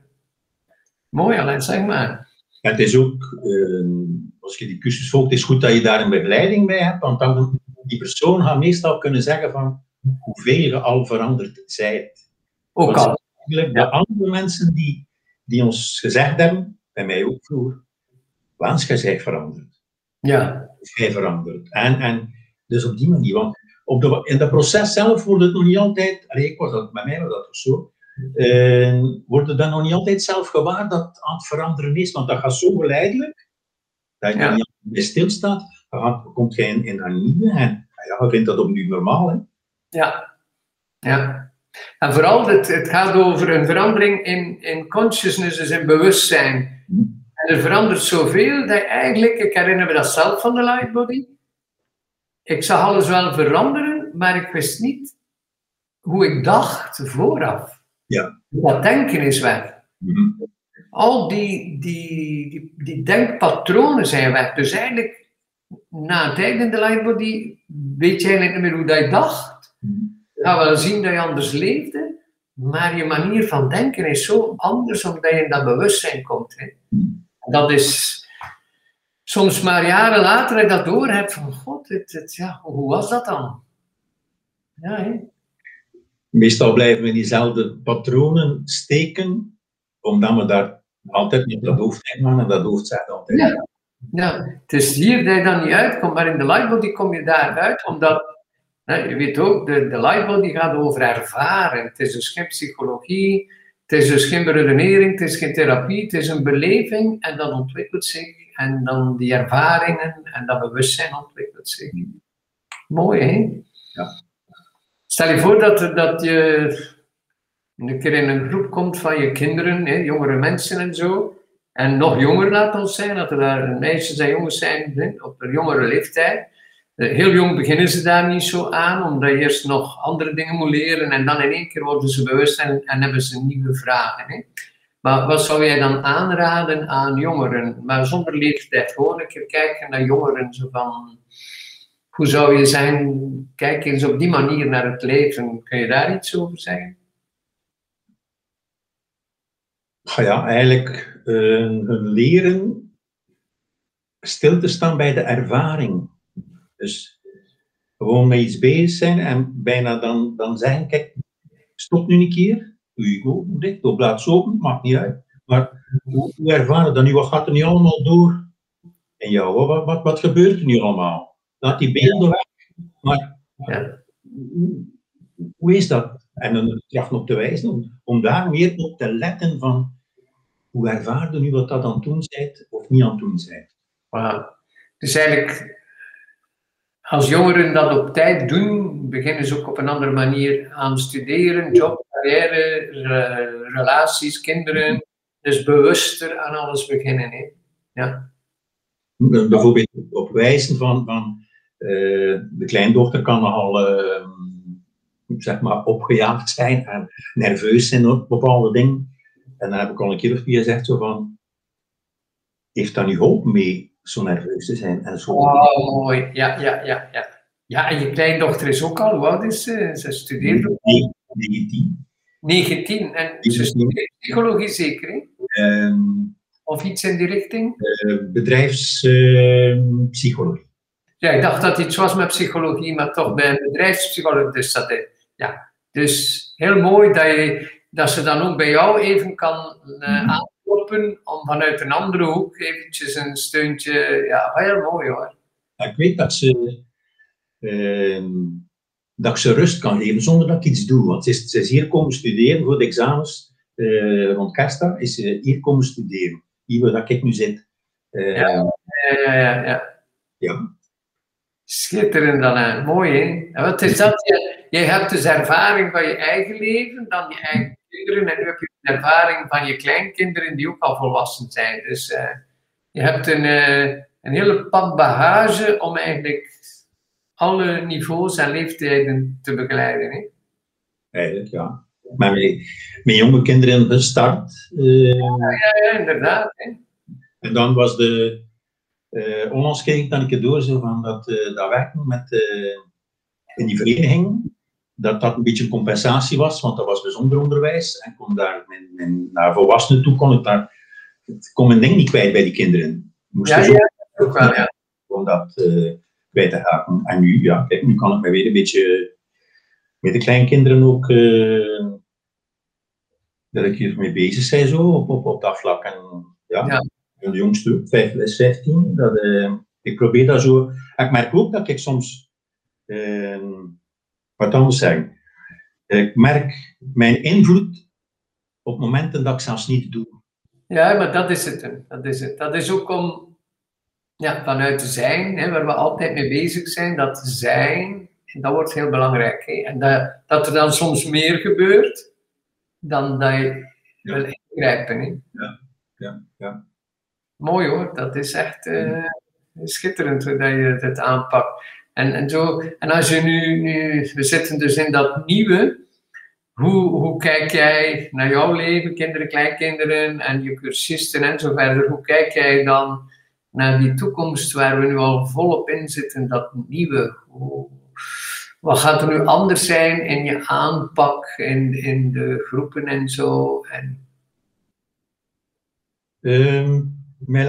mooi, Alain, zeg maar. Ja, het is ook, als je die cursus volgt, is goed dat je daar een begeleiding bij hebt, want dan die persoon gaat meestal kunnen zeggen van hoeveel je al veranderd zijt. Ook al. De andere mensen die ons gezegd hebben, bij mij ook vroeger, Waans, jij zijt veranderd. Ja. Jij veranderd. En dus op die manier, want in dat proces zelf wordt het nog niet altijd, bij mij was dat toch zo, wordt het dan nog niet altijd zelf gewaar dat het aan het veranderen is, want dat gaat zo geleidelijk, dat je er niet bij stilstaat, dan komt je in een nieuwe en je vindt dat opnieuw normaal. Hè? Ja. En vooral, het gaat over een verandering in consciousness, dus in bewustzijn. En er verandert zoveel dat eigenlijk, ik herinner me dat zelf van de Lightbody, ik zag alles wel veranderen, maar ik wist niet hoe ik dacht vooraf. Ja. Dat denken is weg. Al die denkpatronen zijn weg. Dus eigenlijk, na een tijd in de Lightbody, weet je eigenlijk niet meer hoe dat je dacht. Je gaat wel zien dat je anders leefde, maar je manier van denken is zo anders omdat je in dat bewustzijn komt. Hè. Dat is soms maar jaren later dat je dat door hebt van, god, ja, hoe was dat dan? Ja, hè. Meestal blijven we in diezelfde patronen steken, omdat we daar altijd met dat hoofd gaan en dat hoofd zegt altijd. Ja. Ja, het is hier dat je dan niet uitkomt, maar in de Lightbody kom je daaruit, omdat, je weet ook, de Lightbody gaat over ervaren. Het is dus geen psychologie, het is dus geen redenering, het is geen therapie, het is een beleving en dat ontwikkelt zich. En dan die ervaringen en dat bewustzijn ontwikkelt zich. Mooi, hè? Ja. Stel je voor dat je een keer in een groep komt van je kinderen, hè, jongere mensen en zo, en nog jonger laat ons zijn, dat er daar meisjes en jongens zijn hè, op een jongere leeftijd. Heel jong beginnen ze daar niet zo aan, omdat je eerst nog andere dingen moet leren en dan in één keer worden ze bewust en hebben ze nieuwe vragen. Hè. Maar wat zou jij dan aanraden aan jongeren, maar zonder leeftijd? Gewoon een keer kijken naar jongeren, zo van, hoe zou je zijn, kijk eens op die manier naar het leven. Kun je daar iets over zeggen? Ja, eigenlijk hun leren stil te staan bij de ervaring. Dus gewoon met iets bezig zijn en bijna dan zeggen, kijk, stop nu een keer, doe je ogen dicht, doe plaats open, maakt niet uit. Maar hoe ervaren dat nu? Wat gaat er nu allemaal door in jou? Wat gebeurt er nu allemaal? Laat die beelden weg. Maar hoe is dat? En dan tracht op te wijzen om daar meer op te letten van hoe ervaar je nu wat dat aan het doen bent of niet aan het doen bent. Wow. Dus eigenlijk, als jongeren dat op tijd doen, beginnen ze ook op een andere manier aan studeren, job, carrière, relaties, kinderen. Dus bewuster aan alles beginnen. Hè? Ja. Bijvoorbeeld op wijzen van de kleindochter kan nogal zeg maar opgejaagd zijn en nerveus zijn op bepaalde dingen. En dan heb ik al een keer of 4 gezegd zo van, heeft dat nu geholpen mee zo nerveus te zijn? En zo. Oh, mooi. Ja. Ja, en je kleindochter is ook al, hoe oud is ze? Ze studeert ook. 19. 19. En ze studeert psychologie zeker, hè? Of iets in die richting? Bedrijfspsychologie. Ja, ik dacht dat het iets was met psychologie, maar toch bij een bedrijfspsycholoog. Dus ja. Dus heel mooi dat ze dan ook bij jou even kan aankloppen om vanuit een andere hoek eventjes een steuntje. Ja, heel mooi hoor. Ik weet dat ik ze rust kan geven zonder dat ik iets doe. Want ze is hier komen studeren voor de examens rond kerstdag. Is ze hier komen studeren. Hier waar ik nu zit. Ja. Schitterend dan, mooi hè. Wat is dat? Je hebt dus ervaring van je eigen leven, dan je eigen kinderen en nu heb je de ervaring van je kleinkinderen die ook al volwassen zijn. Dus je hebt een hele pak bagage om eigenlijk alle niveaus en leeftijden te begeleiden. Hè? Eigenlijk ja. Maar met jonge kinderen gestart. Ja, inderdaad. Hè. En dan was onlangs kreeg ik dan een keer door zo van dat werken met in die vereniging, dat een beetje een compensatie was, want dat was bijzonder onderwijs en kon daar naar volwassenen toe kon mijn ding niet kwijt bij die kinderen. Ook wel, ja. Om dat kwijt te gaan. En nu, ja, kijk, nu kan ik me weer een beetje met de kleinkinderen ook dat ik hiermee bezig ben zo, op dat vlak. En ja. De jongste, 15, ik probeer dat zo. Ik merk ook dat ik soms, wat anders zeggen, ik merk mijn invloed op momenten dat ik zelfs niet doe. Ja, maar dat is het. Dat is ook om, vanuit te zijn, hè, waar we altijd mee bezig zijn, dat zijn, dat wordt heel belangrijk. Hè. En dat er dan soms meer gebeurt, dan dat je wil ingrijpen. Hè. Ja. Mooi hoor, dat is echt schitterend hoe dat je het aanpakt. En als je nu, we zitten dus in dat nieuwe, hoe kijk jij naar jouw leven, kinderen, kleinkinderen en je cursisten en zo verder? Hoe kijk jij dan naar die toekomst waar we nu al volop in zitten, dat nieuwe? Wat gaat er nu anders zijn in je aanpak, in de groepen en zo? Mij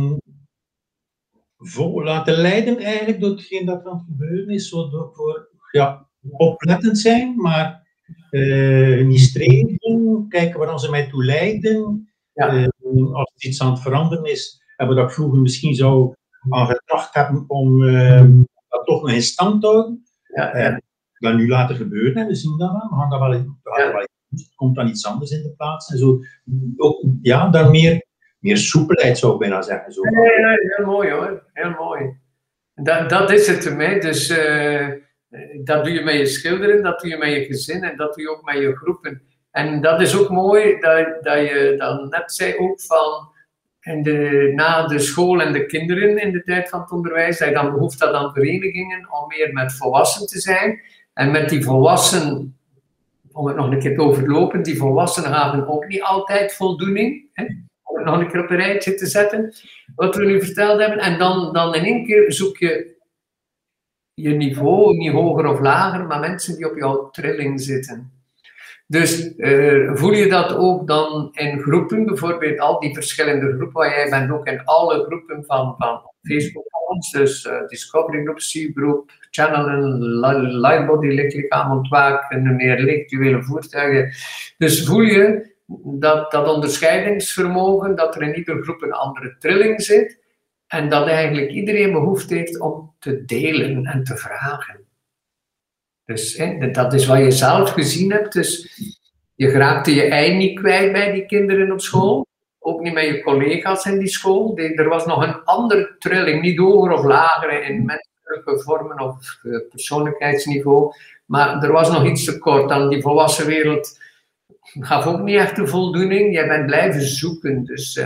laten leiden eigenlijk door hetgeen dat aan het gebeuren is. Zo voor oplettend zijn, maar niet streven, kijken waar ze mij toe leiden. Ja. Als er iets aan het veranderen is, hebben we dat vroeger misschien zo aan gedacht hebben om dat toch nog in stand te houden. Dat nu laten gebeuren en we zien dat wel. We gaan dat wel er komt dan iets anders in de plaats en zo. Ook, dan meer soepelheid zou ik bijna zeggen. Zo. Ja, heel mooi hoor, heel mooi. Dat is het ermee. Dus dat doe je met je schilderen, dat doe je met je gezin en dat doe je ook met je groepen. En dat is ook mooi dat je dan net zei ook van na de school en de kinderen in de tijd van het onderwijs, dat je dan behoefte had aan verenigingen om meer met volwassenen te zijn. En met die volwassenen, om het nog een keer te overlopen, die volwassenen gaven ook niet altijd voldoening. Hè? Om het nog een keer op een rijtje te zetten, wat we nu verteld hebben. En dan in één keer zoek je je niveau, niet hoger of lager, maar mensen die op jouw trilling zitten. Dus voel je dat ook dan in groepen, bijvoorbeeld al die verschillende groepen, waar jij bent ook in alle groepen van Facebook van ons, dus Discovery Group, C-Group, Channelen, Lightbody, lichtlichaam ontwaken, meer lichtduele voertuigen. Dus voel je dat onderscheidingsvermogen, dat er in iedere groep een andere trilling zit, en dat eigenlijk iedereen behoefte heeft om te delen en te vragen. Dus dat is wat je zelf gezien hebt. Dus je raakte je ei niet kwijt bij die kinderen op school. Ook niet met je collega's in die school. Er was nog een andere trilling, niet hoger of lager in menselijke vormen of persoonlijkheidsniveau. Maar er was nog iets tekort aan die volwassen wereld. Gaf ook niet echt de voldoening. Jij bent blijven zoeken. Dus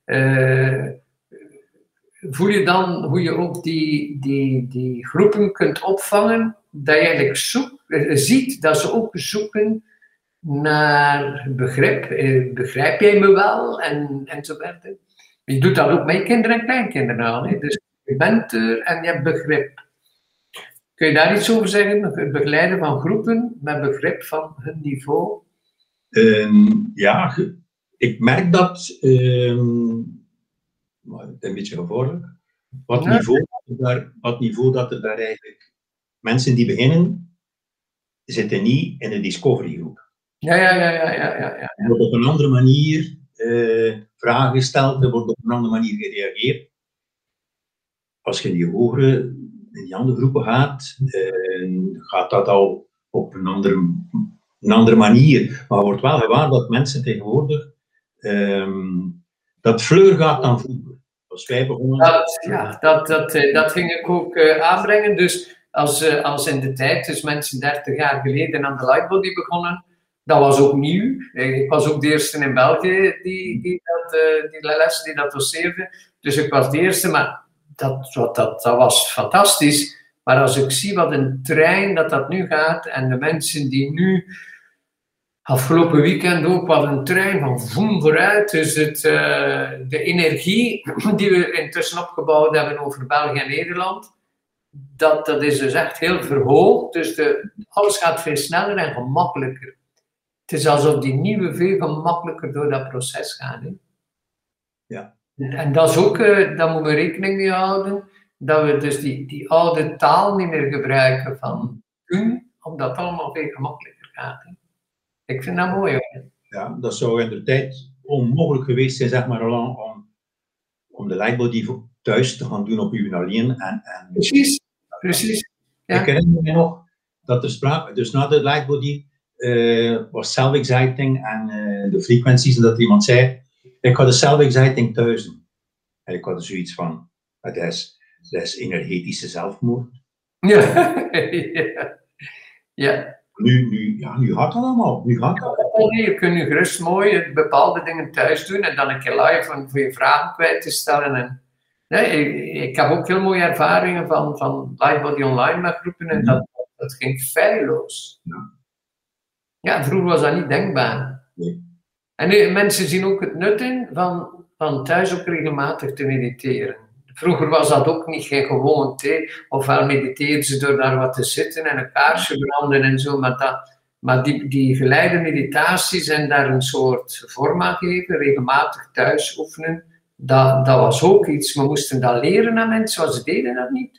voel je dan hoe je ook die groepen kunt opvangen? Dat je eigenlijk ziet dat ze ook zoeken naar begrip. Begrijp jij me wel? Enzovoort. Je doet dat ook met je kinderen en kleinkinderen al. Hè? Dus je bent er en je hebt begrip. Kun je daar iets over zeggen? Het begeleiden van groepen met begrip van hun niveau? Ik merk dat een beetje gevaarlijk. Wat niveau dat er daar eigenlijk mensen die beginnen, zitten niet in de discovery groep. Ja. Er wordt op een andere manier vragen gesteld, er wordt op een andere manier gereageerd. Als je in die andere groepen gaat, gaat dat al op een andere manier. Maar er wordt wel gewaar dat mensen tegenwoordig dat fleur gaat dan vroeger. Als wij begonnen... Dat ging ik ook aanbrengen. Dus als in de tijd, dus mensen 30 jaar geleden aan de Lightbody begonnen, dat was ook nieuw. Ik was ook de eerste in België die dat doseerde. Dus ik was de eerste, maar dat was fantastisch. Maar als ik zie wat een trein dat nu gaat en de mensen die nu... Afgelopen weekend ook was een trein van voem vooruit. Dus de energie die we intussen opgebouwd hebben over België en Nederland, dat is dus echt heel verhoogd. Dus alles gaat veel sneller en gemakkelijker. Het is alsof die nieuwe veel gemakkelijker door dat proces gaan. Hè? Ja. En dat is ook, daar moeten we rekening mee houden, dat we dus die oude taal niet meer gebruiken van toen, omdat het allemaal veel gemakkelijker gaat. Hè? Ik vind dat mooi hoor. Ja, dat zou in de tijd onmogelijk geweest zijn, zeg maar, om de Lightbody thuis te gaan doen op uw alleen. Precies. Ja. Ik herinner me nog dat er sprake, dus na de Lightbody was self-exciting en de frequenties en dat iemand zei, ik had de self-exciting thuis doen. En ik had er zoiets van, dat is energetische zelfmoord. Ja. Nu gaat dat allemaal. Je kunt nu gerust mooi bepaalde dingen thuis doen en dan een keer live voor je vragen kwijt te stellen. Ik heb ook heel mooie ervaringen van Lightbody online met groepen en dat ging feilloos. Ja, vroeger was dat niet denkbaar. Nee. En nu, mensen zien ook het nut in van thuis ook regelmatig te mediteren. Vroeger was dat ook niet geen gewoonte. Ofwel mediteren ze door daar wat te zitten en een kaarsje branden en zo. Maar die geleide meditaties en daar een soort vorm aan geven, regelmatig thuis oefenen, dat was ook iets. We moesten dat leren aan mensen, want ze deden dat niet.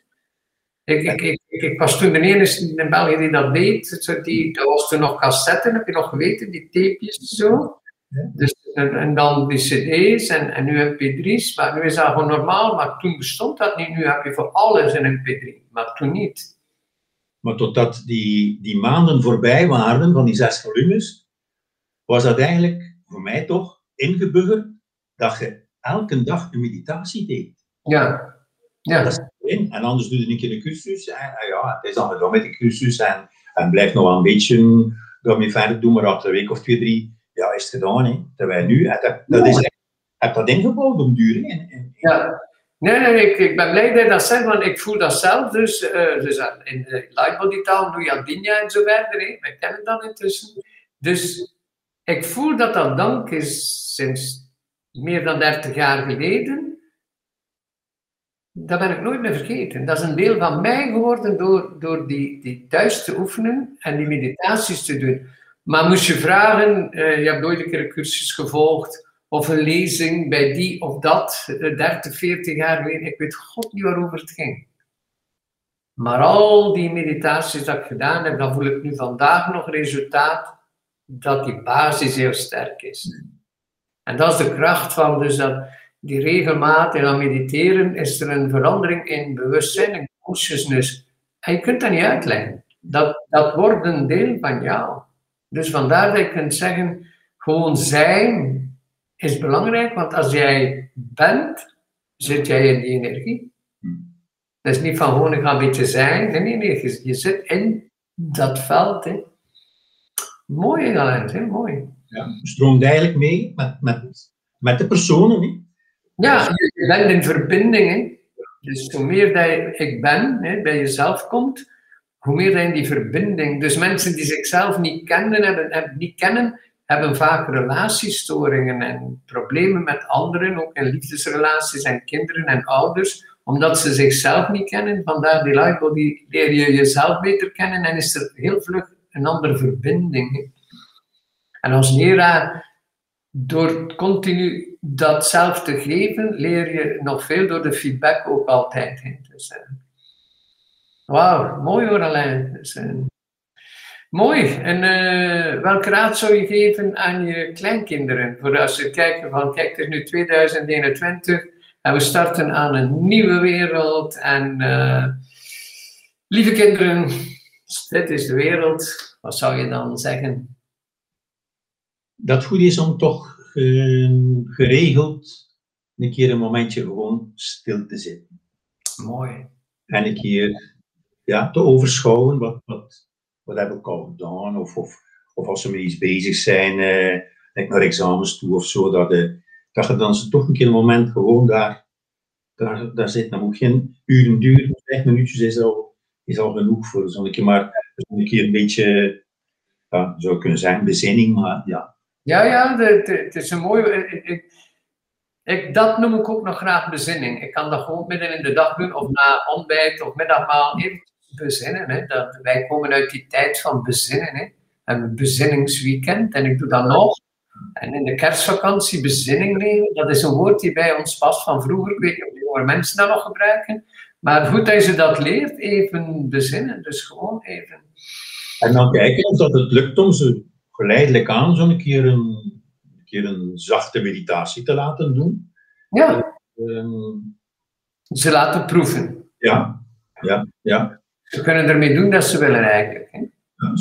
Ik was toen de enige in België die dat deed. Dat was toen nog cassetten, heb je nog geweten, die tapejes zo. Ja. Dus, en dan die cd's en nu mp3's. Maar nu is dat gewoon normaal, maar toen bestond dat niet. Nu heb je voor alles een mp3, maar toen niet. Maar totdat die maanden voorbij waren van die 6 volumes, was dat eigenlijk, voor mij toch, ingebuggerd dat je elke dag een meditatie deed. Ja. Dat is erin. En anders doe je een keer een cursus. En ja, het is dan gedaan met de cursus en blijf nog wel een beetje daarmee verder doen, maar na een week of 2, 3, ja, is het gedaan. Hè. Terwijl nu, dat is echt, heb dat ingebouwd om duur. Ja. Nee, ik ben blij dat je dat zegt, want ik voel dat zelf. Dus in de Lightbody-taal doe je Adinja en zo verder. Hè. Wij kennen dat intussen. Dus ik voel dat dat dank is sinds meer dan 30 jaar geleden. Dat ben ik nooit meer vergeten. Dat is een deel van mij geworden door die thuis te oefenen en die meditaties te doen. Maar moest je vragen, je hebt ooit een keer een cursus gevolgd, of een lezing bij die of dat, 30, 40 jaar geleden, ik weet god niet waarover het ging. Maar al die meditaties dat ik gedaan heb, dan voel ik nu vandaag nog resultaat dat die basis heel sterk is. En dat is de kracht van dus dat die regelmatig aan mediteren, is er een verandering in bewustzijn en consciousness. En je kunt dat niet uitleggen. Dat wordt een deel van jou. Dus vandaar dat je kunt zeggen, gewoon zijn is belangrijk, want als jij bent, zit jij in die energie. Dat is niet van gewoon, ik ga een beetje zijn. Nee, je zit in dat veld. Hè. Mooi talent, heel mooi. Ja, je stroomt eigenlijk mee met de personen. Hè. Ja, je bent in verbinding. Hè. Dus hoe meer dat ik ben, hè, bij jezelf komt, hoe meer dat in die verbinding. Dus mensen die zichzelf niet kennen, hebben vaak relatiestoringen en problemen met anderen, ook in liefdesrelaties en kinderen en ouders, omdat ze zichzelf niet kennen. Vandaar die Lightbody, leer je jezelf beter kennen en is er heel vlug een andere verbinding. Hè. En als leraar, door continu dat zelf te geven, leer je nog veel door de feedback ook altijd. Hè. Dus, wauw, mooi hoor Alain. Dus, mooi. En welke raad zou je geven aan je kleinkinderen? Voor als ze kijken van, kijk, het is nu 2021 en we starten aan een nieuwe wereld. En lieve kinderen, dit is de wereld. Wat zou je dan zeggen? Dat het goed is om toch geregeld een keer een momentje gewoon stil te zitten. Mooi. En een keer te overschouwen wat heb ik al gedaan, of als ze met iets bezig zijn, naar examens toe of zo, dat je dan toch een keer een moment gewoon daar zit. Dan moet geen uren duren, 5 minuutjes is al genoeg voor zo'n keer, maar een keer een beetje, zou kunnen zeggen, bezinning, maar ja. Ja, het is een mooie... Dat noem ik ook nog graag bezinning. Ik kan dat gewoon midden in de dag doen, of na ontbijt of middagmaal even bezinnen. Hè. Wij komen uit die tijd van bezinnen. Hè. Een bezinningsweekend, en ik doe dat nog. En in de kerstvakantie bezinning nemen, dat is een woord die bij ons past van vroeger. Ik weet niet of de jonge mensen dat nog gebruiken. Maar goed dat je dat leert, even bezinnen. Dus gewoon even. En dan kijken of dat het lukt om ze geleidelijk aan zo'n keer een zachte meditatie te laten doen. Ja. Ze laten proeven. Ja. Ze kunnen ermee doen dat ze willen eigenlijk. Hè? Ja,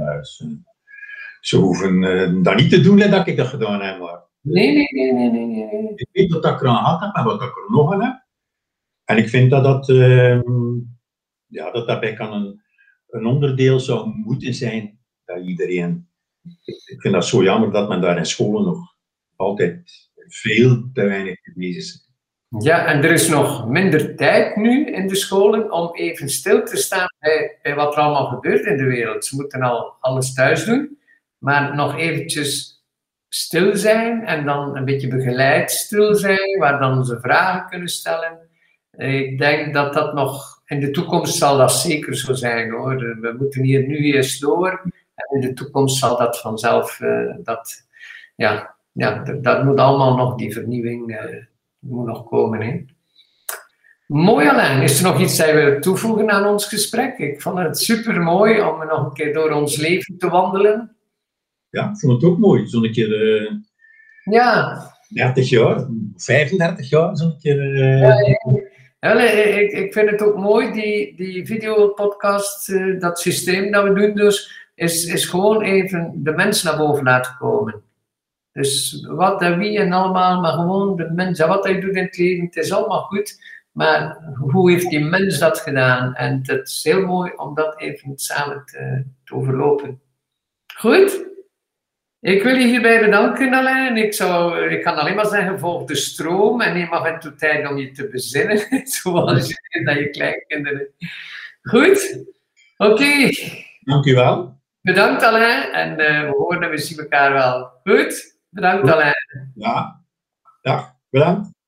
ze hoeven dat niet te doen dat ik dat gedaan heb. Maar Nee. Ik weet wat ik eraan had en wat ik er nog aan heb. En ik vind dat daarbij kan een onderdeel zou moeten zijn dat iedereen... Ik vind dat zo jammer dat men daar in scholen nog altijd veel te weinig bezig is. Ja, en er is nog minder tijd nu in de scholen om even stil te staan bij wat er allemaal gebeurt in de wereld. Ze moeten al alles thuis doen. maar nog eventjes stil zijn en dan een beetje begeleid stil zijn, waar dan ze vragen kunnen stellen. Ik denk dat dat nog, in de toekomst zal dat zeker zo zijn hoor. We moeten hier nu eerst door en in de toekomst zal dat vanzelf, dat moet allemaal nog, die vernieuwing moet nog komen. Hè. Mooi Alain, is er nog iets dat je wil toevoegen aan ons gesprek? Ik vond het super mooi om nog een keer door ons leven te wandelen. Ja, ik vond het ook mooi. Zo'n keer 30 jaar, 35 jaar, zo'n keer... Ik vind het ook mooi, die videopodcast, dat systeem dat we doen, dus is gewoon even de mens naar boven laten komen. Dus wat en wie en allemaal, maar gewoon de mens, wat hij doet in het leven, het is allemaal goed, maar hoe heeft die mens dat gedaan? En het is heel mooi om dat even samen te overlopen. Goed? Ik wil je hierbij bedanken, Alain. Ik kan alleen maar zeggen, volg de stroom en neem af en toe tijd om je te bezinnen, zoals je deed aan je kleinkinderen. Goed? Oké. Dank u wel. Bedankt, Alain. En we horen en we zien elkaar wel. Goed? Bedankt, Alain. Ja, bedankt.